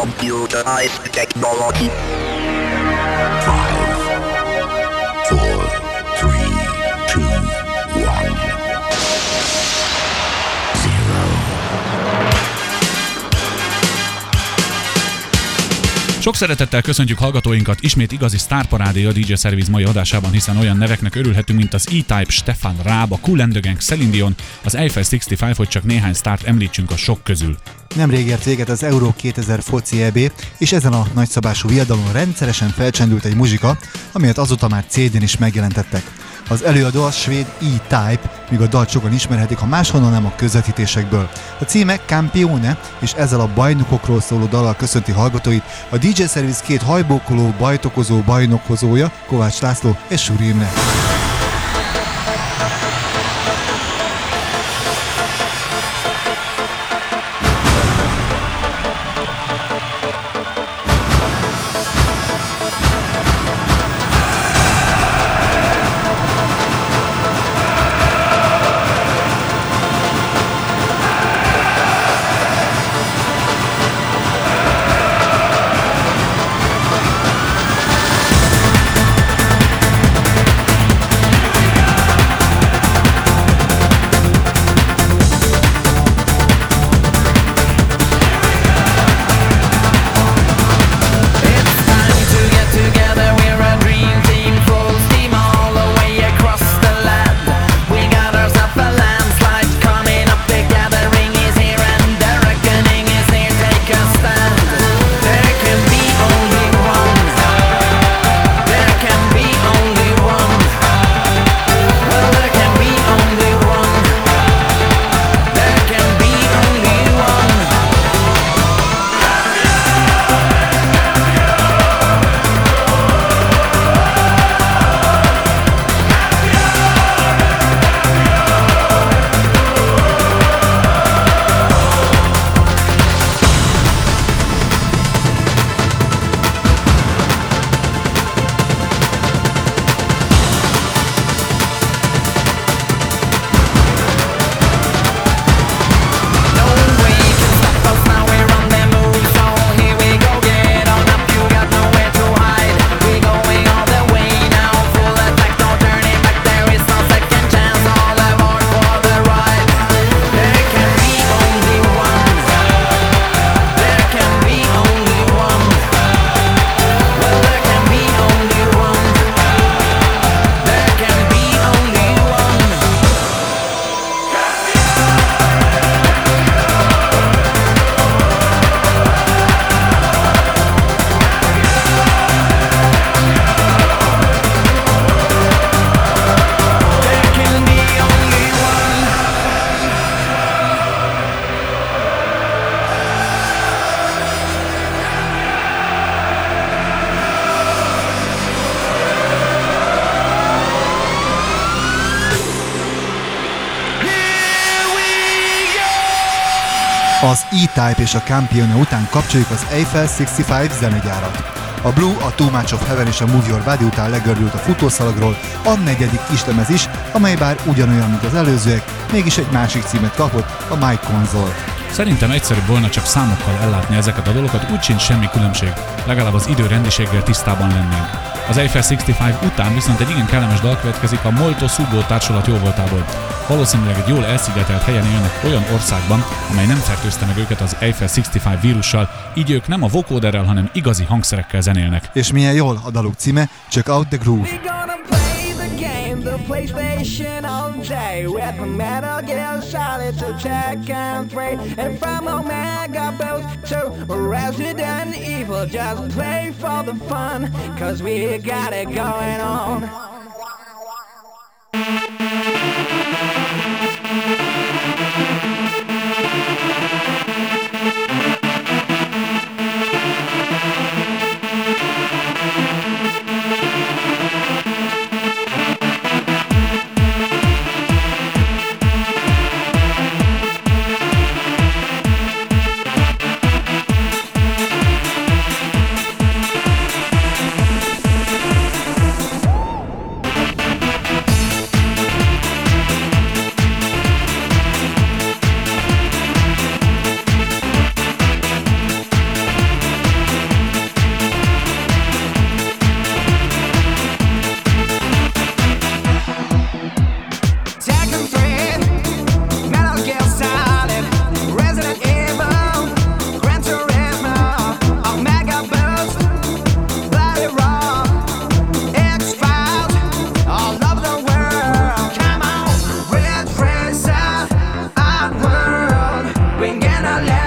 computerized technology. 5, 4, 3, 2, 1, 0. Sok szeretettel köszöntjük hallgatóinkat, ismét igazi sztárparádé a DJ Service mai adásában, hiszen olyan neveknek örülhetünk, mint az E-Type, Stefan Raab, a Kool and the Gang, Celine Dion, az Eiffel 65, hogy csak néhány sztárt említsünk a sok közül. Nemrég ért véget az Euró 2000 foci EB, és ezen a nagyszabású viadalon rendszeresen felcsendült egy muzsika, amelyet azóta már CD-n is megjelentettek. Az előadó a svéd E-Type, míg a dalt sokan ismerhetik, ha máshonnan nem a közvetítésekből. A címe Campione, és ezzel a bajnokokról szóló dallal köszönti hallgatóit a DJ Service két hajbókoló, bajtokozó, bajnokhozója, Kovács László és Suri Imre. Az E-Type és a Campione után kapcsoljuk az Eiffel 65 zenegyárat. A Blue, a Too Much of Heaven és a Move Your Body után legördült a futószalagról a negyedik kislemez is, amely bár ugyanolyan, mint az előzőek, mégis egy másik címet kapott, a Mike Console. Szerintem egyszerűbb volna csak számokkal ellátni ezeket a dolgokat, úgy sincs semmi különbség, legalább az időrendiséggel tisztában lennénk. Az Eiffel 65 után viszont egy igen kellemes dal következik a Molto Subo társulat jóvoltából. Valószínűleg egy jól elszigetelt helyen élnek olyan országban, amely nem fertőzte meg őket az Eiffel 65 vírussal, így ők nem a vocoderrel, hanem igazi hangszerekkel zenélnek. És milyen jól, a daluk címe Check Out the Groove. The PlayStation all day with the Metal Gear Solid to Tekken 3 and from Omega Bros to Resident Evil. Just play for the fun, cause we got it going on.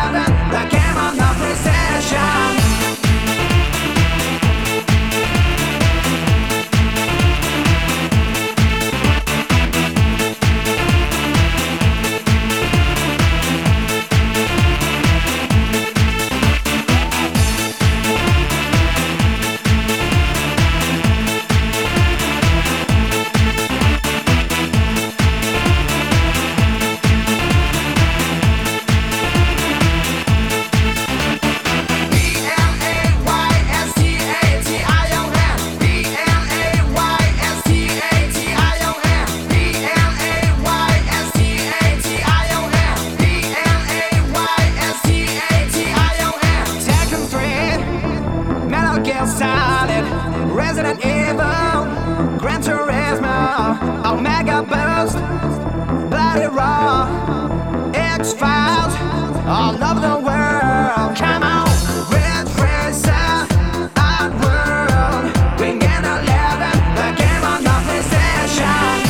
living the game of no precision. Resident Evil, Gran Turismo, Omega Boost, Bloody Raw, X-Files, all over the world. Come on, Red Racer, Odd World, we're gonna live in the game of no precision.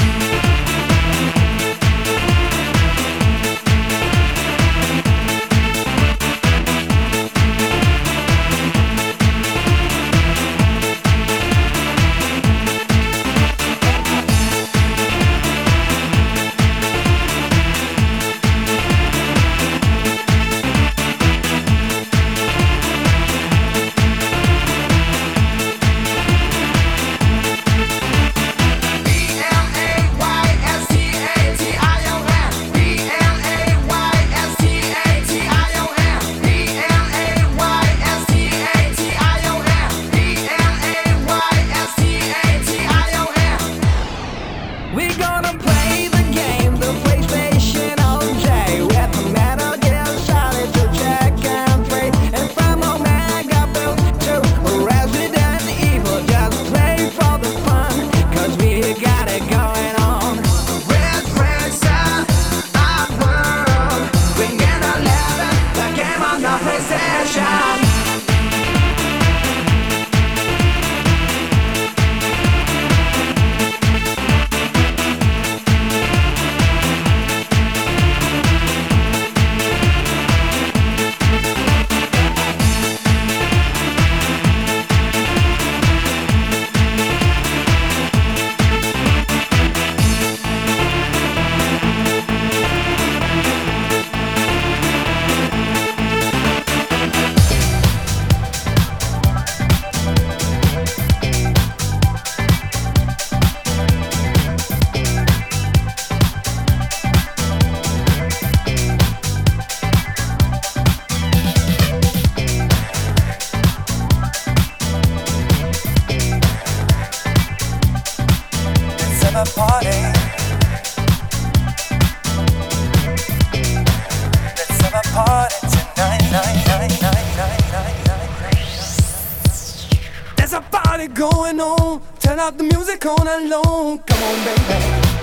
Going on, turn out the music on alone. Come on, baby.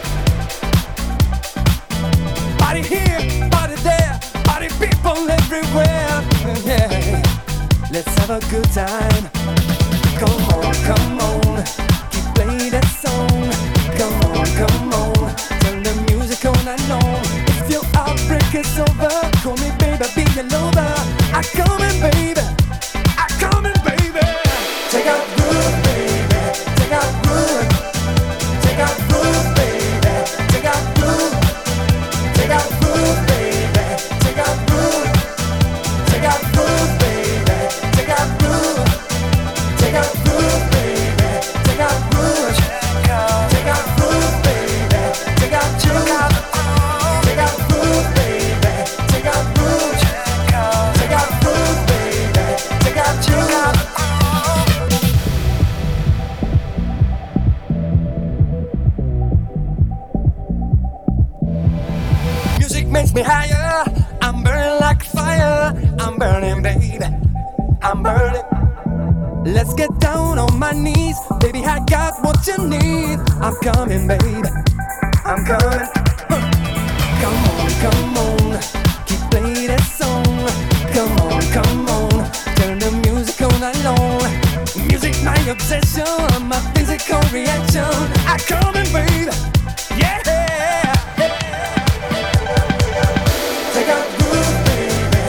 Party here, party there, party people everywhere. Yeah. Let's have a good time. Come on, keep playing that song. Come on, turn the music on alone. If your outbreak is over, call me baby, be your lover. I coming, baby. Take out groove, baby. Take out groove. Take out groove, baby. Take out groove. Take out groove, baby. Take out groove. Take out groove, baby. Take out groove. Take out groove, baby. Take out groove. Take out groove, baby. Take out groove. Take out groove, baby. Take out groove. Take out groove, baby. Take out groove. Makes me higher, I'm burning like fire. I'm burning, baby, I'm burning. Let's get down on my knees, baby, I got what you need. I'm coming, baby, I'm coming. Come on, keep playing that song. Come on, turn the music on alone. Music, my obsession, my physical reaction. I'm coming, baby, yeah. Take out groove, baby.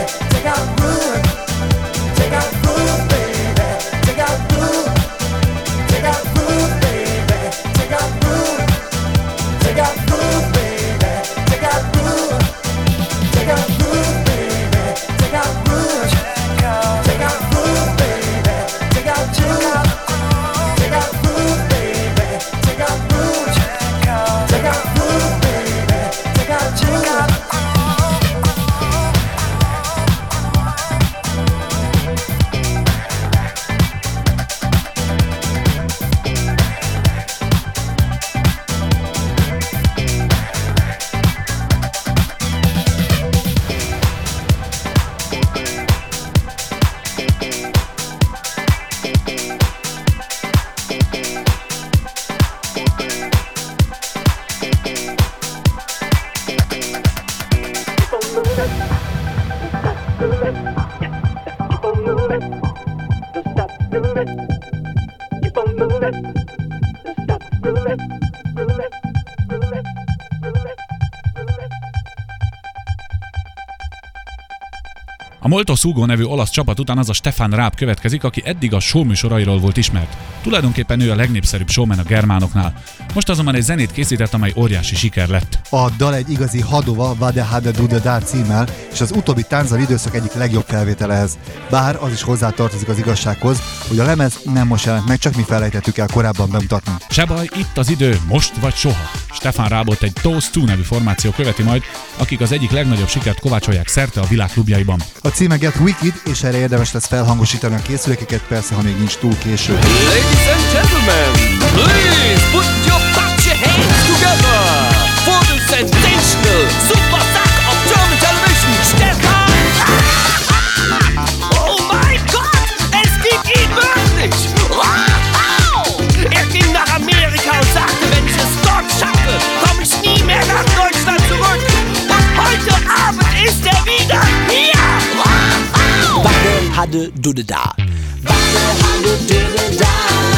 A Molto Sugo nevű olasz csapat után az a Stefan Raab következik, aki eddig a show műsorairól volt ismert. Tulajdonképpen ő a legnépszerűbb showman a germánoknál. Most azonban egy zenét készített, amely óriási siker lett. A dal egy igazi hadova, Vade Hade Dude Da címmel, és az utóbbi táncdal időszak egyik legjobb felvételehez. Bár az is hozzátartozik az igazsághoz, hogy a lemez nem most jelent meg, csak mi felejtettük el korábban bemutatni. Se baj, itt az idő, most vagy soha. Stefan Raabot egy Toast 2 nevű formáció követi majd, akik az egyik legnagyobb sikert kovácsolják szerte a világklubjaiban. A címe Get Wicked, és erre érdemes lesz felhangosítani a készülékeket, persze, ha még nincs túl késő. Ladies and gentlemen, please put your hands together for the sensational super sack of German television, Stefan Raab! Oh mein Gott, es gibt ihn wirklich! Wow! Ging nach Amerika und sagte, wenn ich es dort schaffe, komme ich nie mehr nach Deutschland zurück. Und heute Abend ist er wieder hier! Wow! Wade, Hade, Dude, Da. Wade, Hade, Dude, Da.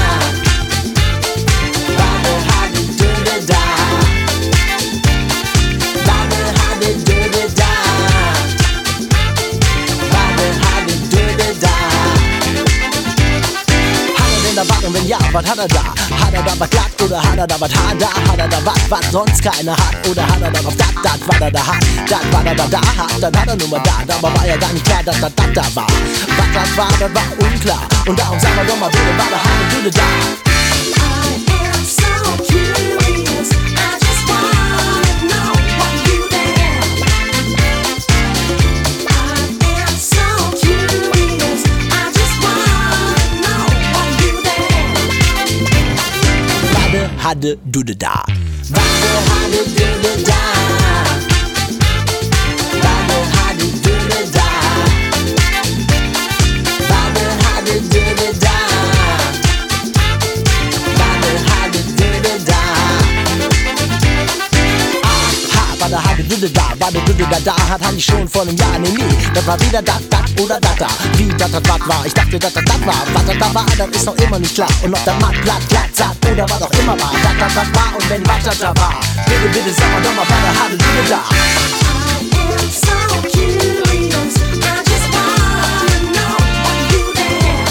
Wade, Hade, Dude, Da. Wade, Hade, Dude, Da. Wade, Hade, Dude, Da. Hat er denn da was und wenn ja, was hat er da? Hat er da was glatt oder hat er da was hart da? Hat er da was sonst keiner hat? Oder hat er da auf dat, was er da hat? Dat, was er da hat, dann hat er nur mal da. Dabei war ja gar nicht klar, dass da war. Was das war unklar. Und darum sagen wir doch mal bitte, war der Hade Dude da? Hade Dude Da. Wade Hade Dude Da. Wade Hade Dude Da. Wade Hade Dude Da. Wade Hade Dude Da. Aha, Wade Hade Dude Da. Wade Dude Da hat ich schon vor einem Jahr, nee, das war wieder dat oder dat da. Wie dat wat war, ich dachte dat war. Was das da war, das ist noch immer nicht klar. Und ob der Matt glatt sagt oder was auch immer war. Dat war und wenn was da war. Bitte sag mal doch mal, Wade Hade Dude Da. I am so curious, I just wanna know what you there.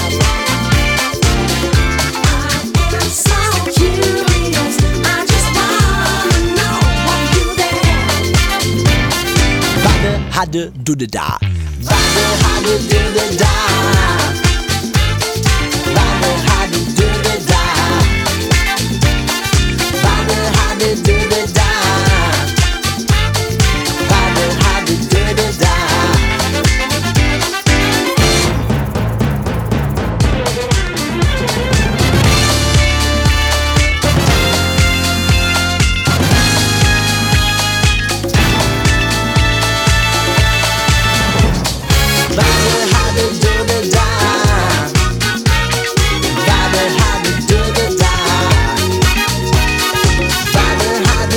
I am so curious, I just wanna know what you there. Wade Hade Dude Da. Wade Hade Dude Da. Wade Hade Dude Da. Wade Hade Dude Da. Wade Hade Dude Da. Wade Hade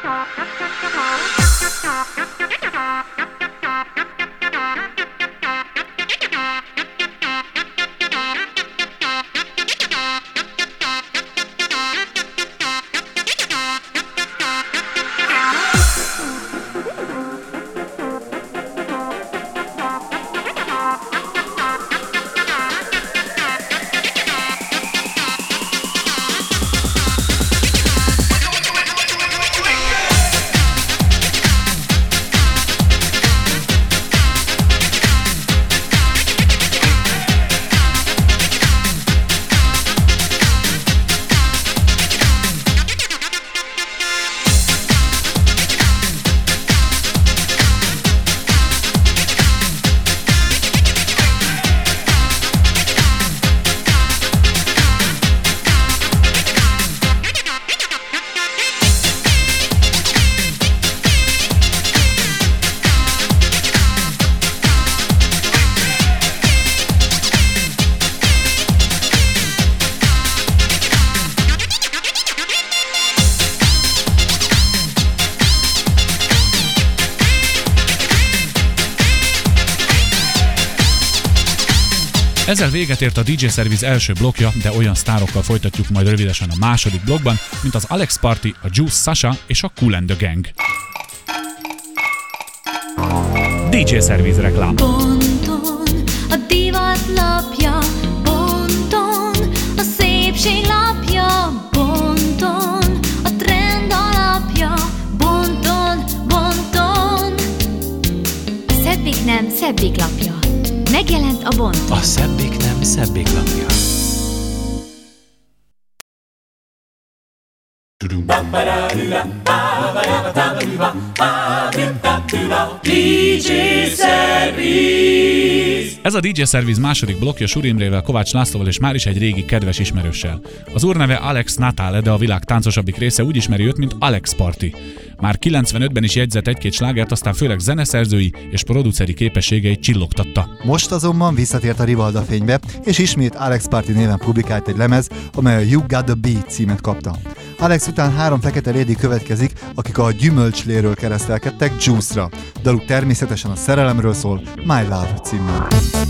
Ezzel véget ért a DJ Service első blokkja, de olyan sztárokkal folytatjuk majd rövidesen a második blokkban, mint az Alex Party, a Juice Sasha és a Kool and the Gang. DJ Service reklám. Bonton a divat lapja, bonton a szépség lapja, bonton a trend alapja, bonton, bonton. A szebbik nem szebbik lapja. Megjelent a Bonton. A szebbik nem szebbik lapja. DJ Service. Ez a DJ Service második blokkja Suri Imrével, Kovács Lászlóval és már is egy régi kedves ismerőssel. Az úr neve Alex Natale, de a világ táncosabbik része úgy ismeri őt, mint Alex Party. Már 95-ben is jegyzett egy-két slágert, aztán főleg zeneszerzői és produceri képességeit csillogtatta. Most azonban visszatért a Rivalda fénybe, és ismét Alex Party néven publikált egy lemez, amely a You Got The Beat címet kapta. Alex után 3 fekete lady következik, akik a gyümölcsléről keresztelkedtek Juice-ra. Daluk természetesen a szerelemről szól, My Love címmel.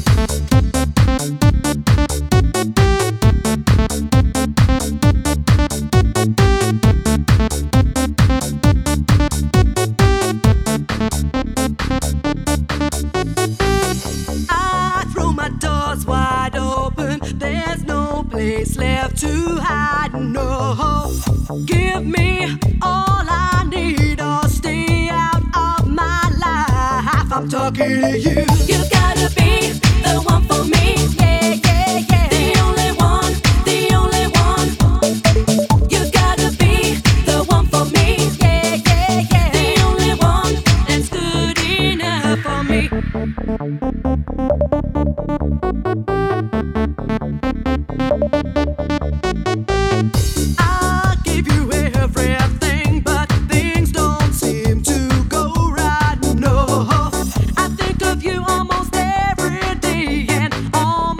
Place left to hide, no. Give me all I need or stay out of my life. I'm talking to you. You gotta be the one for me. Yeah, yeah, yeah. The only one, the only one. You gotta be the one for me. Yeah, yeah, yeah. The only one that's good enough for me. All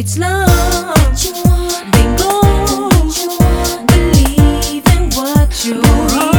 it's love, then go believe in what you want.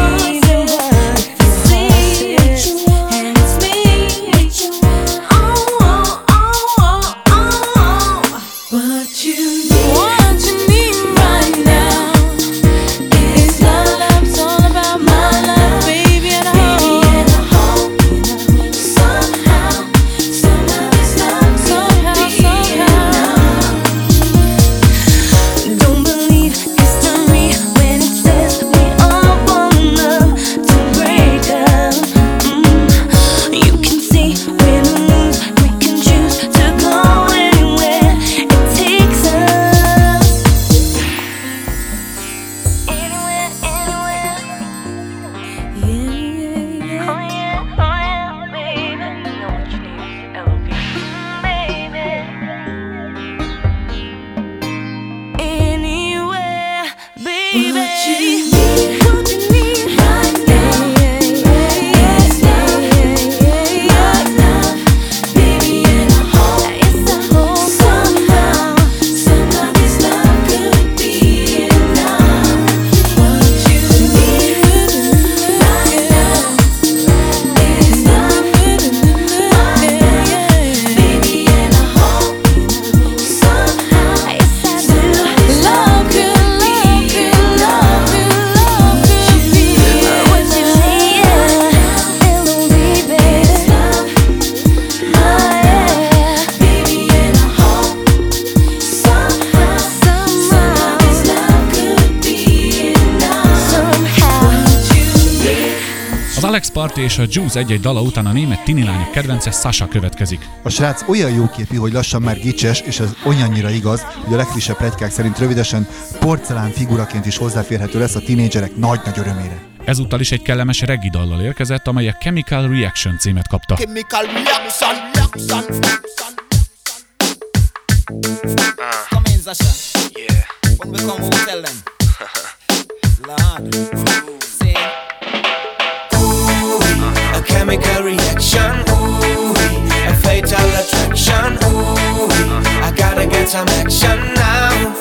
Alex Party és a Juice egy-egy dala után a német tini lányok kedvence Sasha következik. A srác olyan jóképű, hogy lassan már gicses, és ez olyannyira igaz, hogy a legfrissebb pletykák szerint rövidesen porcelán figuraként is hozzáférhető lesz a tínédzserek nagy-nagy örömére. Ezúttal is egy kellemes reggae dallal érkezett, amely a Chemical Reaction címet kapta. Chemical Reaction. Come in, Sasha. Yeah. When we come, we'll tell them. Lord. Say. A chemical reaction, ooh, a fatal attraction, ooh, I gotta get some action now.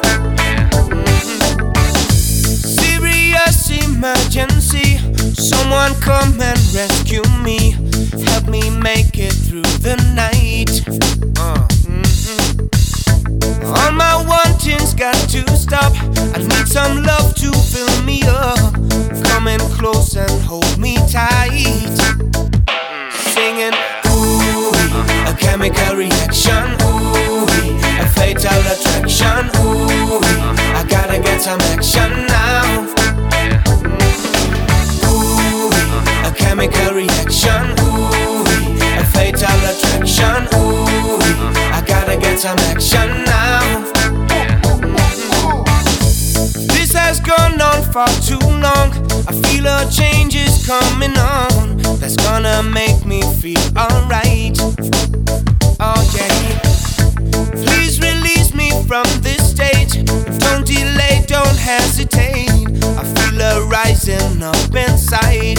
Serious emergency, someone come and rescue me, help me make it through the night. All my wantings got to stop, I need some love to fill me up. Come in close and hold me tight. Singing, ooh, a chemical reaction, ooh, a fatal attraction, ooh, I gotta get some action now. Ooh, a chemical reaction, ooh, a fatal attraction, ooh, I gotta get some action now. This has gone on far too long, I feel a change is coming on, that's gonna make me feel alright. Oh yeah. Please release me from this state, don't delay, don't hesitate, I feel a rising up inside.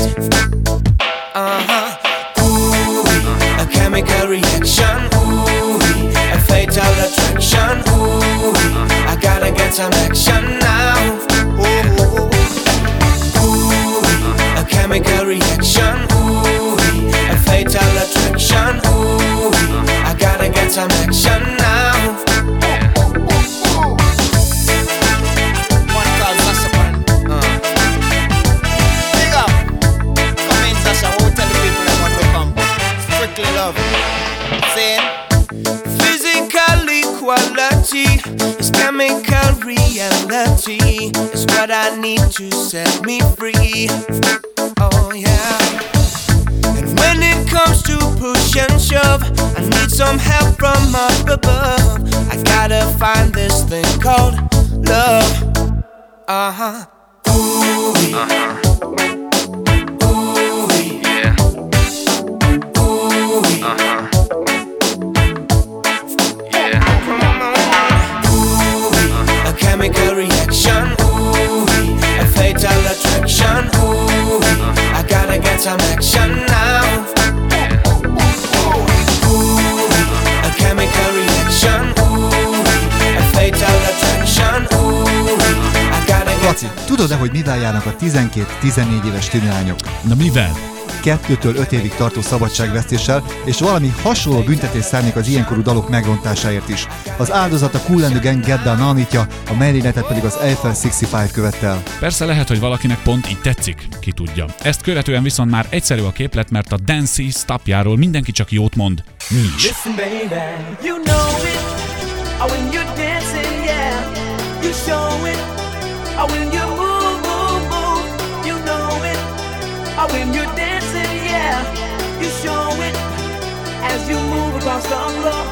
Ooh, a chemical reaction, ooh, a fatal attraction, ooh, I gotta get some action now. Ooh, a chemical reaction, ooh, a fatal attraction, ooh, I gotta get some action now. One call Sasha Pan. Big up. Come in, Sasha. We'll tell the people that when we come. Strictly love. Saying Physical equality is chemical reality. It's what I need to set me free. Oh yeah. And when it comes to push and shove, I need some help from up above. I gotta find this thing called love. Ooh, Yeah. ooh, Yeah. a chemical reaction, ooh, a fatal attraction, ooh, I gotta get some action now. Ooh, a chemical reaction, ooh, Tudod-e, hogy mivel járnak a 12-14 éves tínilányok? Na mivel? 2-től 5 évig tartó szabadságvesztéssel, és valami hasonló büntetés számít az ilyenkorú dalok megrontásáért is. Az áldozat a Kool and the Gang Get Down Anitja, a merényletet pedig az Eiffel 65 követte el. Persze lehet, hogy valakinek pont így tetszik, ki tudja. Ezt követően viszont már egyszerű a képlet, mert a Dancy Stopjáról mindenki csak jót mond. Mi is. Listen, baby, you know it. When you're dancing, yeah, you show it. When you move, move, move, you know it. When you're dancing, yeah, you show it. As you move across the floor.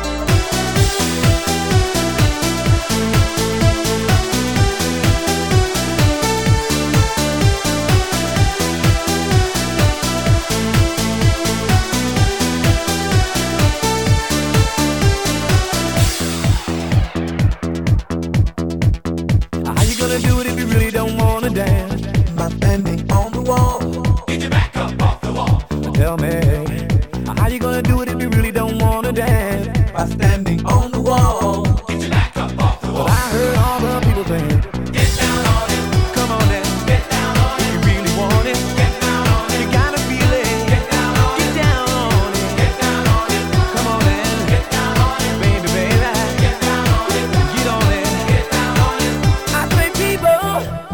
Do it if you really don't wanna dance. By standing on the wall. Get your back up off the wall. Tell me, how you gonna do it if you really don't wanna dance? By standing on the wall. Get your back up off the wall. Well, I heard all the people saying, get down on it. Come on then, get down on it. If you really want it, get down on it. You gotta feel it, get down on it. Get down on it, get down on it. Come on then, get down on it. Baby, baby, get down on it. Get on it, get down on it. I say, people,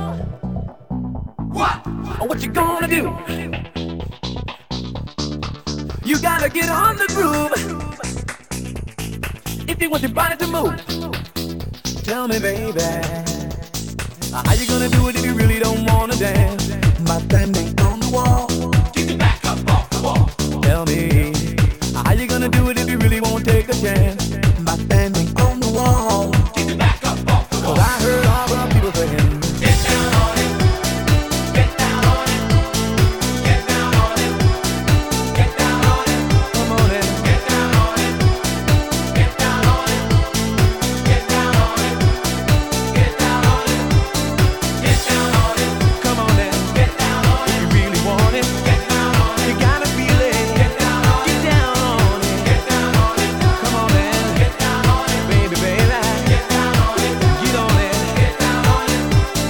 what you gonna do? You gotta get on the groove. If you want your body to move, tell me, baby, how you gonna do it if you really don't wanna dance? By standing on the wall. Keep your back up off the wall. Tell me, how you gonna do it if you really won't take a chance? By standing on the wall. Keep your back up off the wall. 'Cause I heard all the people saying, get down on it. Get down on it. Get down on it. Get down on it. Come on in. Get down on it. Get down on it. Get down on it. Get down on it. Get down on it. Come on in. Get down on it. If you really want it, get down on it. You gotta feel it. Get down on it. Get down on it. Get down on it. Come on in. Get down on it. Baby, baby. Get down on it. Get on it. Get down on it.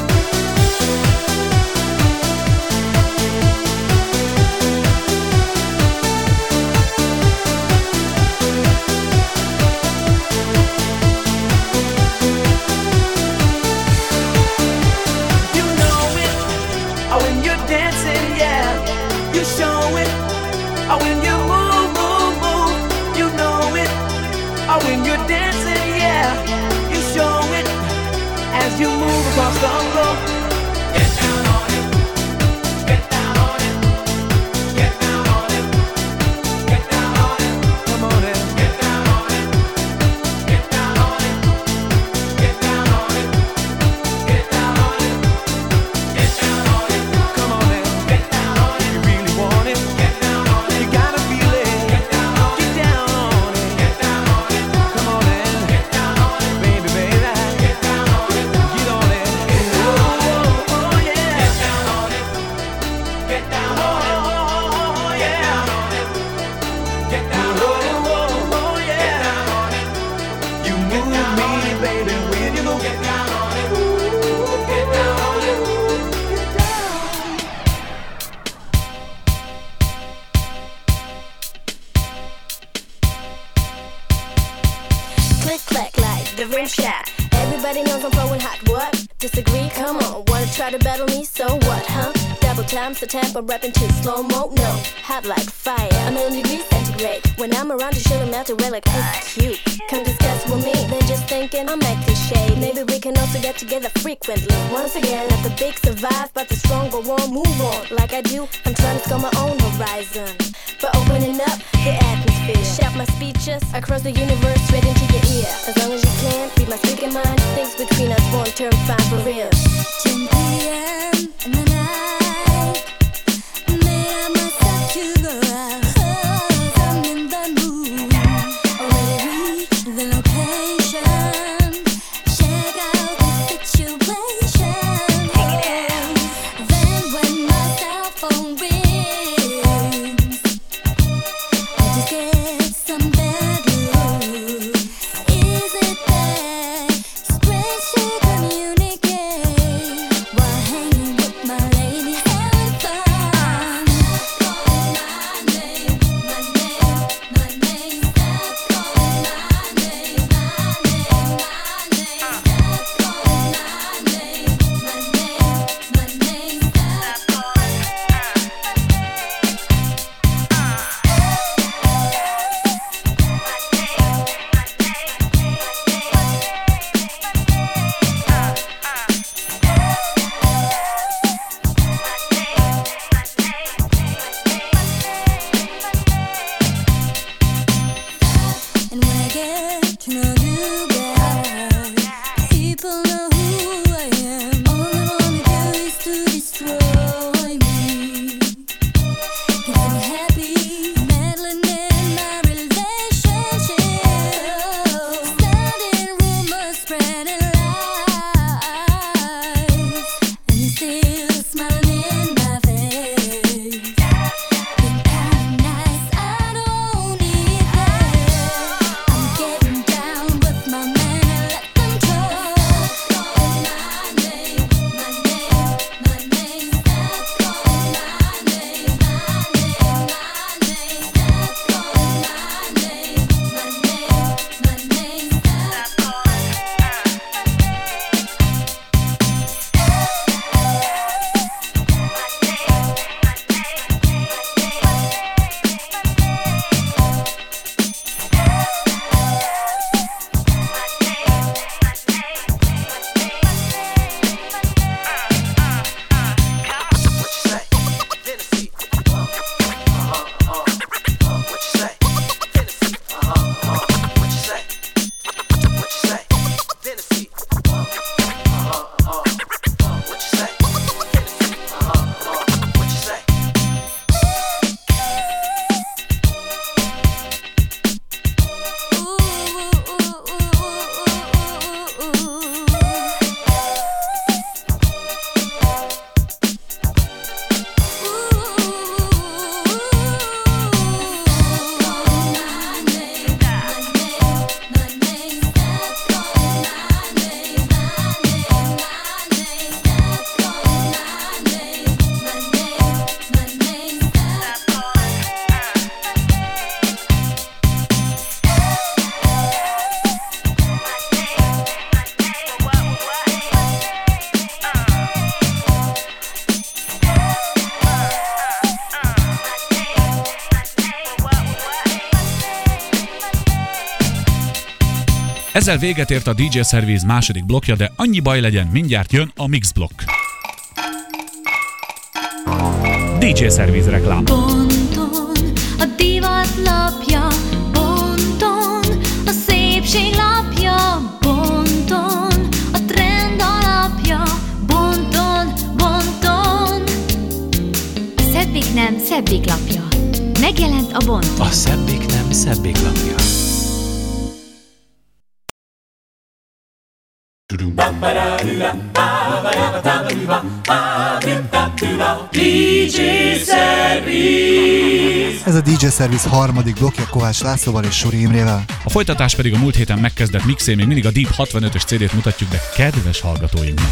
You know it. When you're dancing, yeah, you show it. When you move, move, move, you know it. When you're dancing, yeah, you show it. As you move across the floor. Get down on it. Get down on it. Get down on it. Get down on it. Come on in. Get down on it. Get down on it. Get down on it. Get down on it. Get down on it. Come on in. Get down on it. If you really want it, get down on it. You gotta feel it. Get down on it. Get down on it. Get down on it. Come on in. Get down on it. Baby, baby. Get down on it. Get on it. Oh, oh, yeah. Get down on it. Get down on it. Oh, yeah. Get down on it. Oh, yeah. You move me, baby, when you move. Get down on it. Get down on it. Click, clack, like the rim shot. Everybody knows I'm throwing hot. What? Disagree? Come on. Wanna try to battle me? So what, huh? Double times the tempo, rapping to slow-mo? No. Hot like fire. A million degrees centigrade. When I'm around, you should have melted away like ice cube. Come discuss with me. They're just thinking I'm acting shady. Maybe we can also get together frequently. Once again, let the big survive, but the strong go on, move on. Like I do, I'm trying to score my own horizon. But opening up the atmosphere. Shout my speeches across the universe, straight into your ear. As long as you can, read my speaking mind. Things between us won't turn fine for real. 10 p.m. in the night, made up myself to go out. 'Cause I'm in the mood. Already reached the location. Check out the situation. Then when my cell phone rings, I just get some bad news. Is it that strange to communicate while hanging Ezzel véget ért a DJ Service második blokkja, de annyi baj legyen, mindjárt jön a Mix blokk. DJ Service reklám. Bonton a divat lapja, bonton a szépség lapja, bonton a trend alapja, bonton, bonton. A szebbik nem szebbik lapja. Megjelent a bonton. A szebbik nem szebbik lapja. DJ Service. Ez a DJ Service harmadik blokkja Kovács Lászlóval és Suri Imrével. A folytatás pedig a múlt héten megkezdett mixé, még mindig a Deep 65-ös CD-t mutatjuk be kedves hallgatóinknak.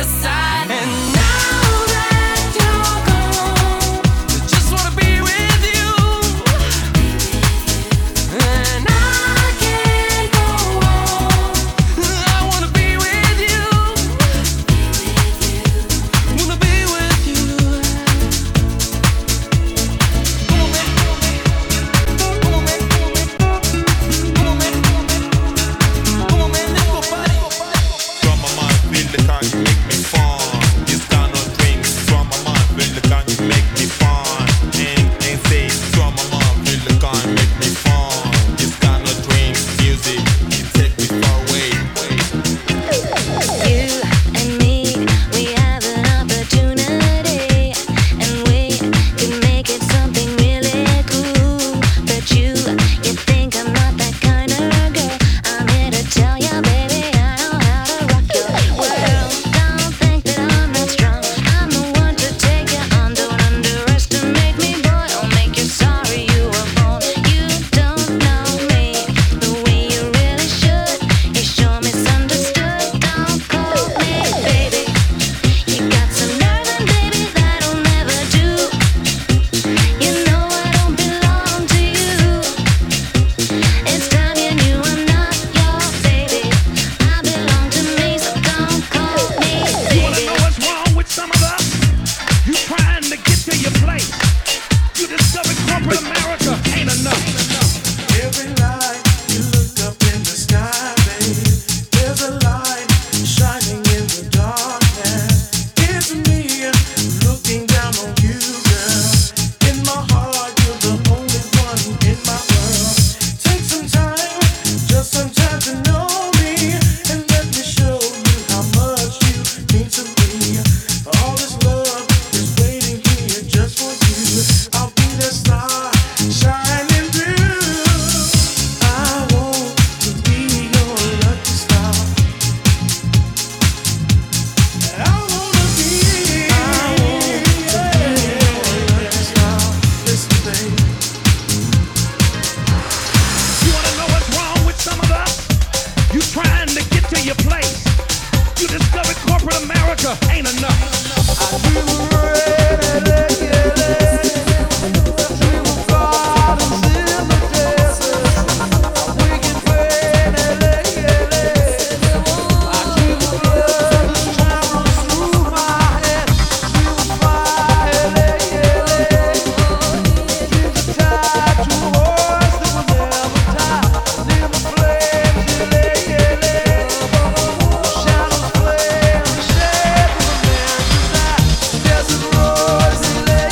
side. And now that you're gone, I just wanna be with you. And I can't go on. I wanna be with you. Wanna be with you. From my mind, feel the kind you make me fun. This kind of drinks from my mind, feel the kind you make me fun. Ain't say from my mind, feel the kind you make me fun. This kind of drinks, music, you take me far away. You and me, we have an opportunity, and we can make it something really cool. But you think I'm not that kind of girl. I'm here to tell you, baby, I know how to rock your world. Don't think that I'm not strong. I'm the one to take you on. Don't underestimate me, boy. I'll make you sorry you were born. You don't know me the way you really should. You sure misunderstood. Don't call me baby. You got some nerve, and baby, that'll never do. You know I don't belong to you. It's time you knew I'm not your baby. I belong to me, so don't call me You wanna baby. know what's wrong with some of us? You trying to get to your place. You discovered corporate America ain't enough. Every night you look up in the sky, babe. There's a light shining in the darkness. It's me looking down on you, girl. In my heart, you're the only one in my world. Take some time, just some time to know me, and let me show you how much you mean to me. All this love is waiting here just for you. I'll be the star shining through. I want to be your lucky star. I wanna be your lucky star. Listen, babe. You wanna know what's wrong with some of us? You trying to get to your place. You discovered corporate America ain't enough. There's a rose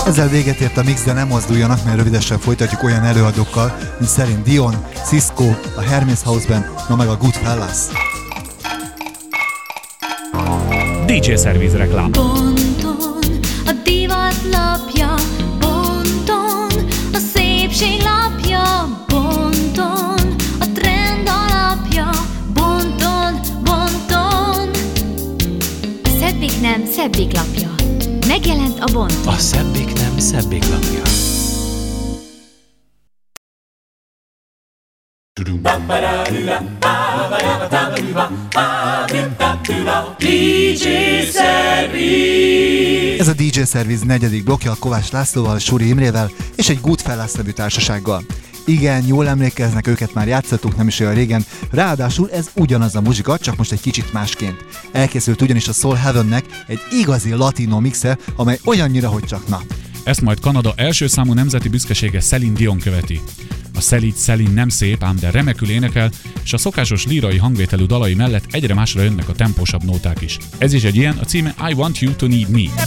Ezzel véget ért a mix, de nem mozduljanak, mert rövidesen folytatjuk olyan előadókkal, mint Celine Dion, Cisco, a Hermes House Band, na meg a Goodfellas. DJ Service reklám. Bonton a divat lapja, bonton a szépség lapja, bonton a trend alapja, bonton, bonton. A szebbik nem szebbik lapja. Megjelent a Bonton. A szebbik nem szebbik lapja. DJ Service. Ez a DJ Service negyedik blokkja Kovács Lászlóval, Suri Imrével és egy Goodfellas nevű társasággal. Igen, jól emlékeznek, őket már játszottuk nem is olyan régen, ráadásul ez ugyanaz a muzsika, csak most egy kicsit másként. Elkészült ugyanis a Soul Heavennek egy igazi latino mixe, amely olyannyira, hogy csak na. Ezt majd Kanada első számú nemzeti büszkesége Celine Dion követi. A szelíd Celine nem szép, ám de remekül énekel, és a szokásos lírai hangvételű dalai mellett egyre másra jönnek a tempósabb nóták is. Ez is egy ilyen, a címe I Want You To Need Me.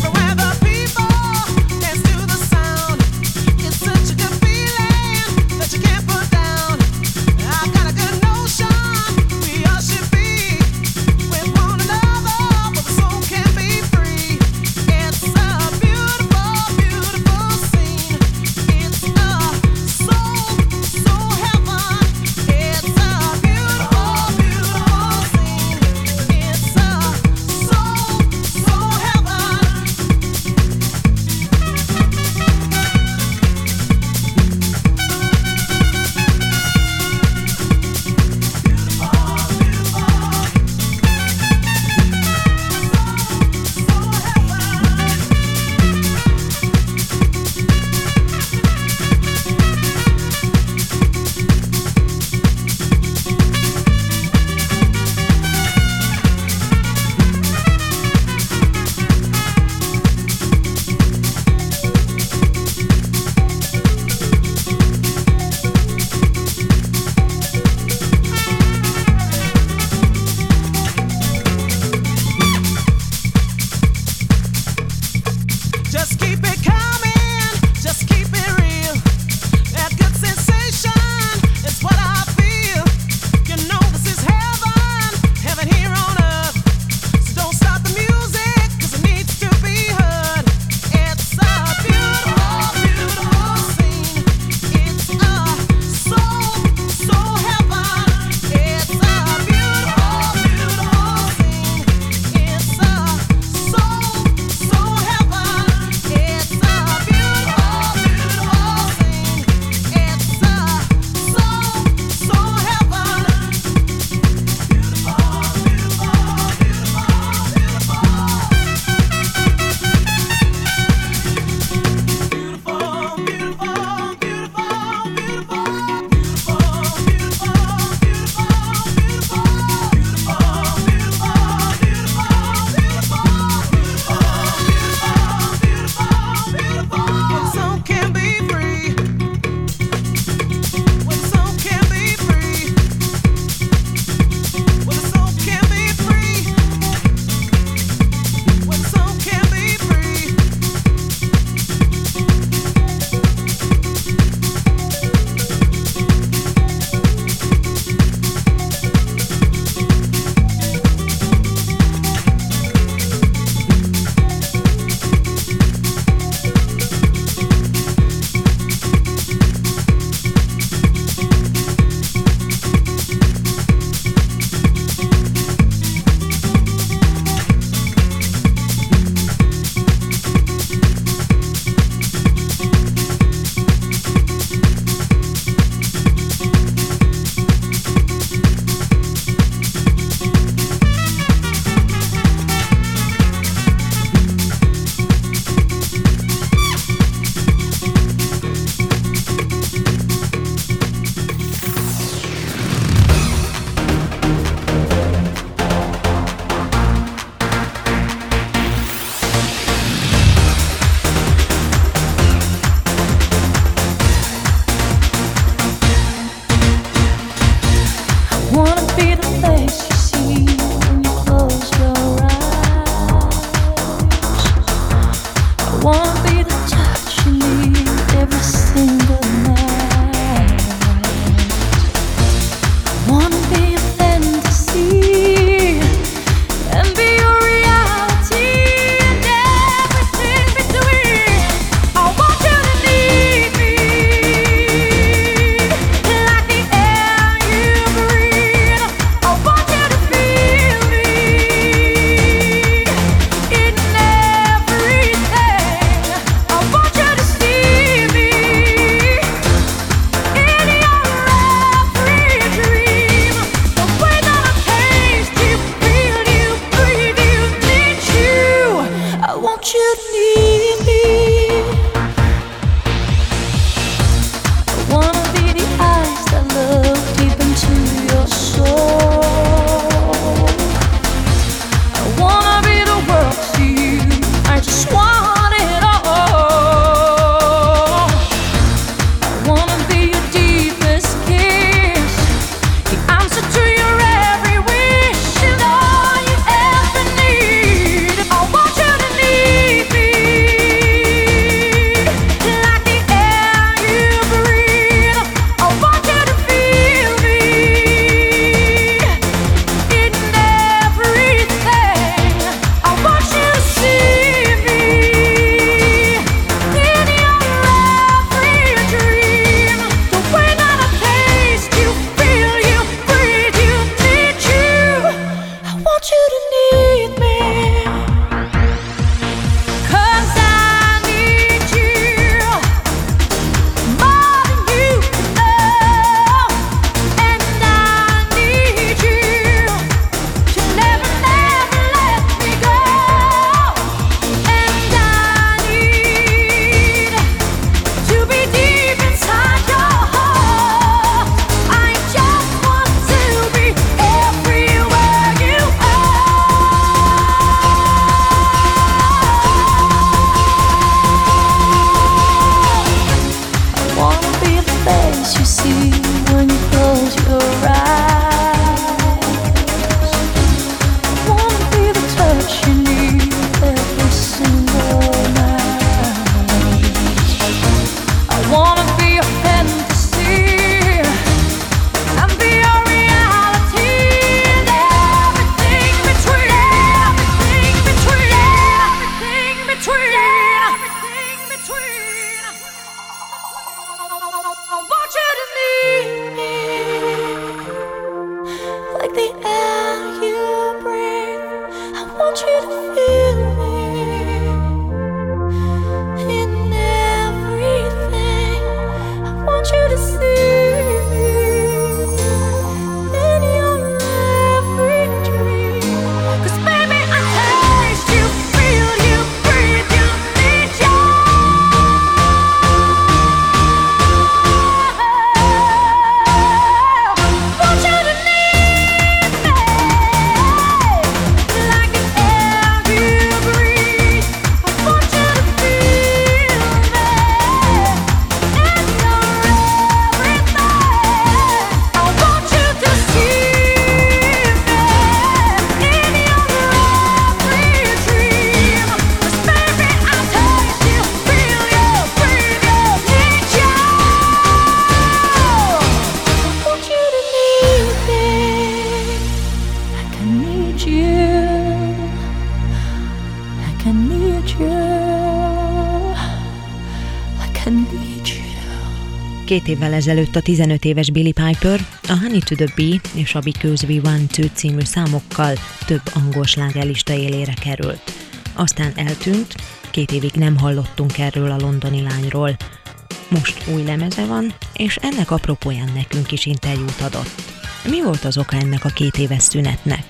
2 évvel ezelőtt a 15 éves Billie Piper a Honey to the Bee és a Because We Want To című számokkal több angol slágerlista élére került. Aztán eltűnt, 2 évig nem hallottunk erről a londoni lányról. Most új lemeze van, és ennek apropóján nekünk is interjút adott. Mi volt az oka ennek a 2 éves szünetnek?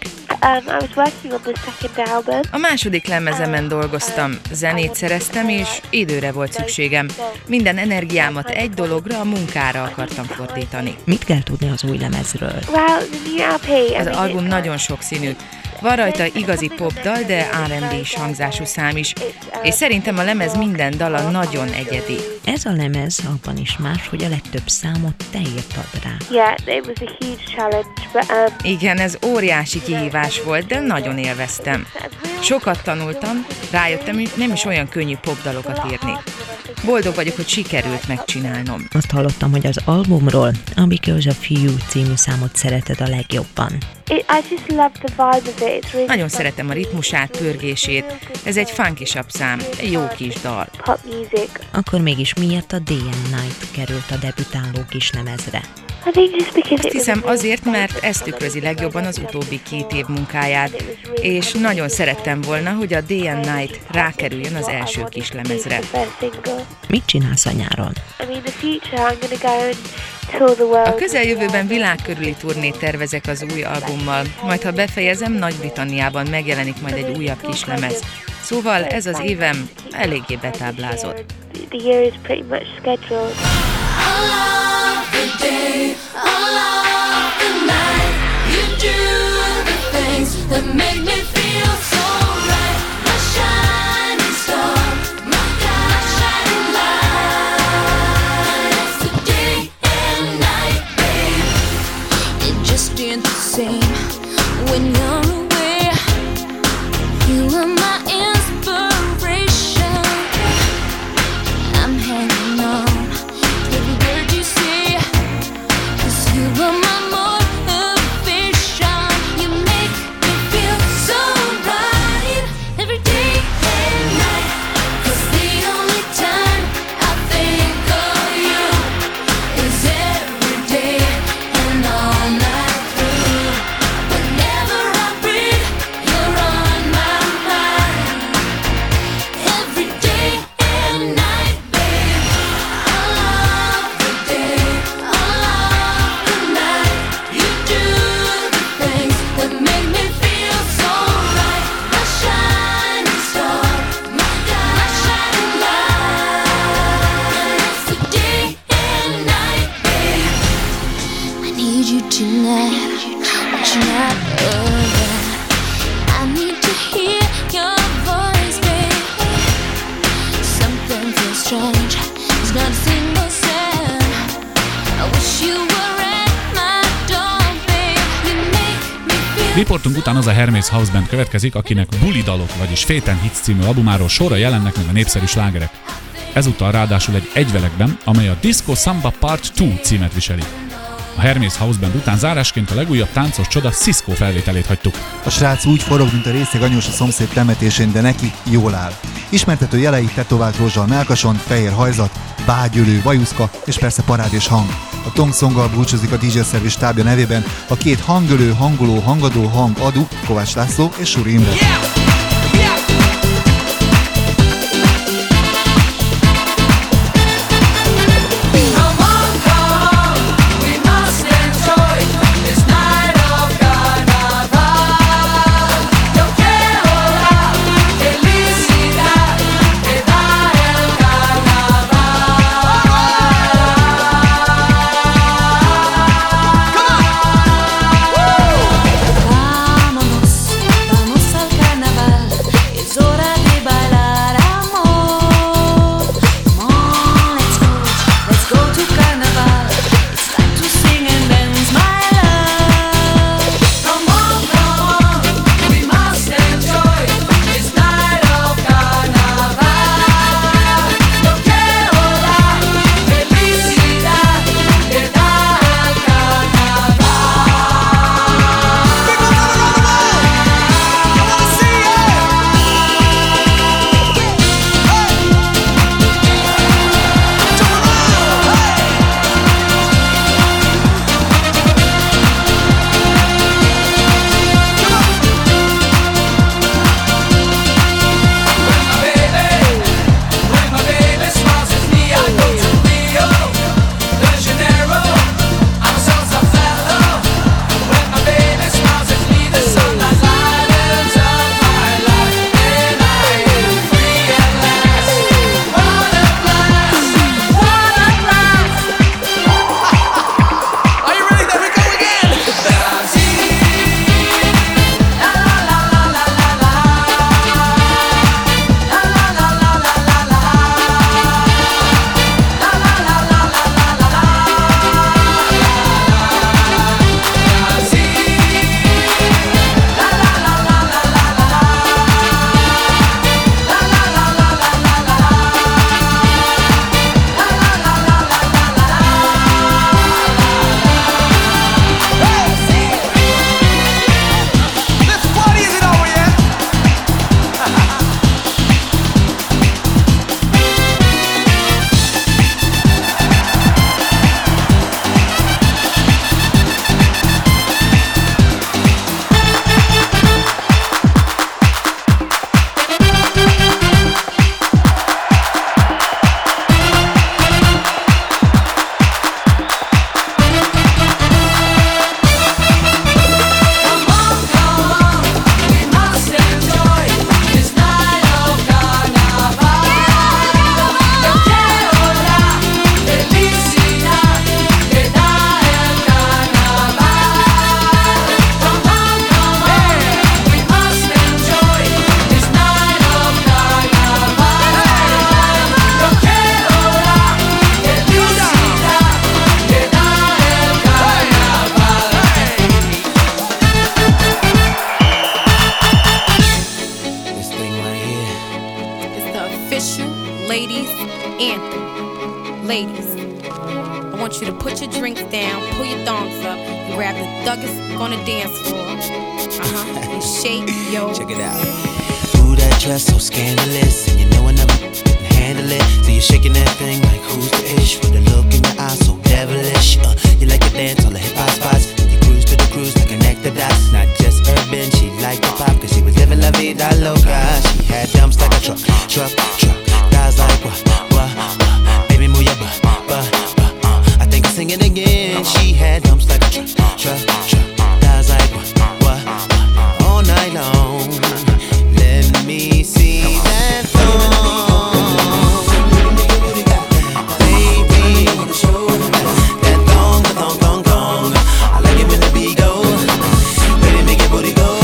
A második lemezemen dolgoztam, zenét szereztem, és időre volt szükségem. Minden energiámat egy dologra, a munkára akartam fordítani. Mit kell tudni az új lemezről? Az album nagyon sokszínű. Van rajta igazi popdal, de R&B-s hangzású szám is, és szerintem a lemez minden dala nagyon egyedi. Ez a lemez abban is más, hogy a legtöbb számot te írtad rá. Igen, ez óriási kihívás volt, de nagyon élveztem. Sokat tanultam, rájöttem, hogy nem is olyan könnyű popdalokat írni. Boldog vagyok, hogy sikerült megcsinálnom. Azt hallottam, hogy az albumról a Because of You című számot szereted a legjobban. Nagyon szeretem a ritmusát, pörgését. Ez egy funkisabb szám, egy jó kis dal. Akkor mégis miért a Day and Night került a debütáló kislemezre? Azt hiszem azért, mert ez tükrözi legjobban az utóbbi 2 év munkáját, és nagyon szerettem volna, hogy a Day and Night rákerüljön az első kislemezre. Mit csinálsz a nyáron? A közeljövőben világkörüli turnét tervezek az új albummal, majd ha befejezem, Nagy-Britanniában megjelenik majd egy újabb kislemez. Szóval ez az évem eléggé betáblázott. When you're away, you are my inspiration. I'm hanging on to every word you say, 'cause you are my motivation. You make me feel so right every day and night, 'cause the only time I think of you is every day and all night. Riportunk után az a Hermes House Band következik, akinek Buli dalok, vagyis Féten Hits című albumáról sorra jelennek meg a népszerű slágerek. Ezúttal ráadásul egy egyvelekben, amely a Disco Samba Part 2 címet viseli. A Hermes House Band után zárásként a legújabb táncos csoda Cisco felvételét hagytuk. A srác úgy forog, mint a részeg anyós a szomszéd temetésén, de neki jól áll. Ismertető jelei tetovált rózsa a melkason, fehér hajzat, bágyölő, bajuszka és persze parádés hang. A Tongszonggal búcsúzik a DJ Service stábja nevében a 2 hangölő, hangoló, hangadó, hangadó, Kovács László és Suri Imre. Vamos al carnaval. Ladies, anthem. Ladies, I want you to put your drinks down, pull your thongs up, and grab the thuggest on the dance floor. And shake yo. Check it out. Ooh, that dress so scandalous, and you know I never handle it. So you're shaking that thing like who's the ish, with a look in your eyes so devilish. You like to dance on the hip hop spots. You cruise to the cruise to connect the dots. Not just urban, she liked the pop, cause she was living la vida loca. She had dumps like a truck. Guys like what? Baby, move your butt. I think I'm singing again. She had dumps like a truck. Guys like what? All night long. Let me see that thong. Baby, that thong. I like it when the beat go. Baby, make your booty go.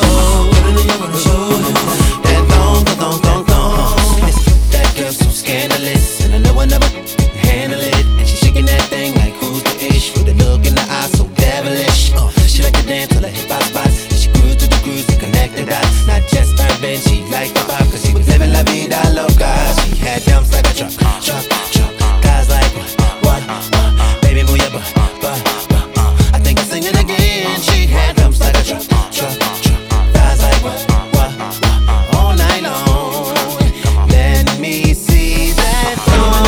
That thong. That girl so scandalous, and I know I never handle it. And she shaking that thing like who's the ish, with a look in the eyes so devilish. She like to dance till the hip hop spots. She cruise to the cruise to connect the dots. Not just urban, she liked the pop, cause she was living la vida loca. She had dumps like a truck. Guys like what? Baby, move your butt. I think I'm singing again. She had dumps like a truck. Guys like what? All night long. Let me see that thong.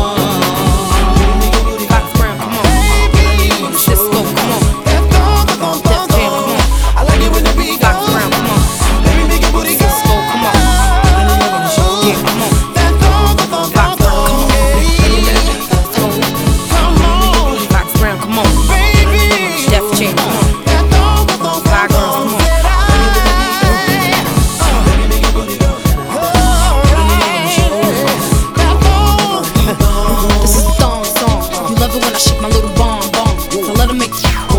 Fox Brown, come on. Cisco, come on. Def Jam, come on. I like it when the beat Fox Brown, come on. Baby, make your booty go. Cisco, come on. Yeah, come on. Fox Brown, come on. Fox Brown, come on. Def Jam, come on. Fly girls, come on. This is a thong song. You love it when I shake my little bomb. I let her make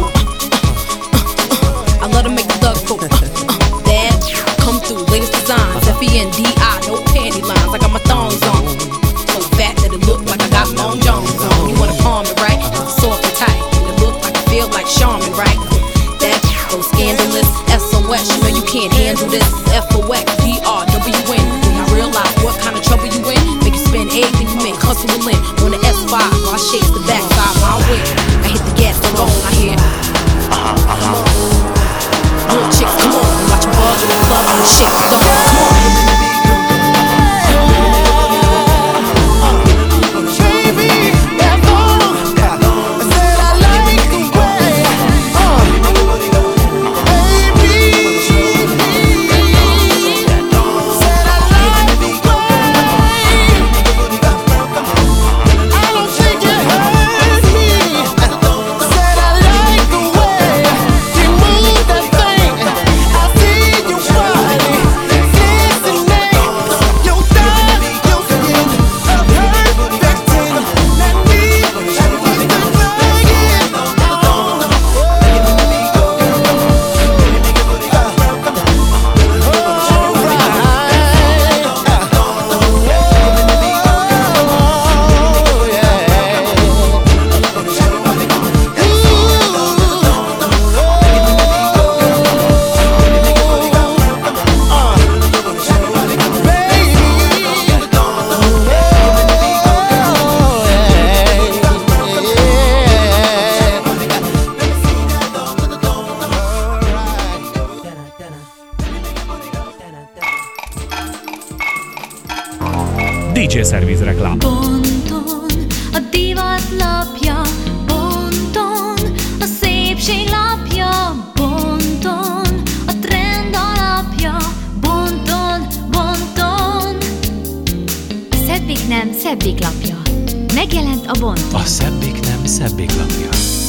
I let her make the thug go. Dad, come through, latest designs. FENDI, no panty lines. I got my thongs on. So fat that it look like I got long johns on. You wanna palm it, right? Soft and tight. It look like I feel like Charmin, right? That so scandalous. SOS, you know you can't handle this. FOX, DRWN. When I realize what kind of trouble you in, make you spend everything you make hustling in. On the S5, I shakes the backside my way. I hit the gas alone, I hear. Real chicks, come on, watch them buzz in the club and shake the dog. Come on. DJ Szerviz reklám. Bonton, a divat lapja, bonton, a szépség lapja, bonton, a trend alapja, bonton. Szebbik nem, szebbik lapja. Megjelent a Bonton. A szebbik nem szebbik lapja.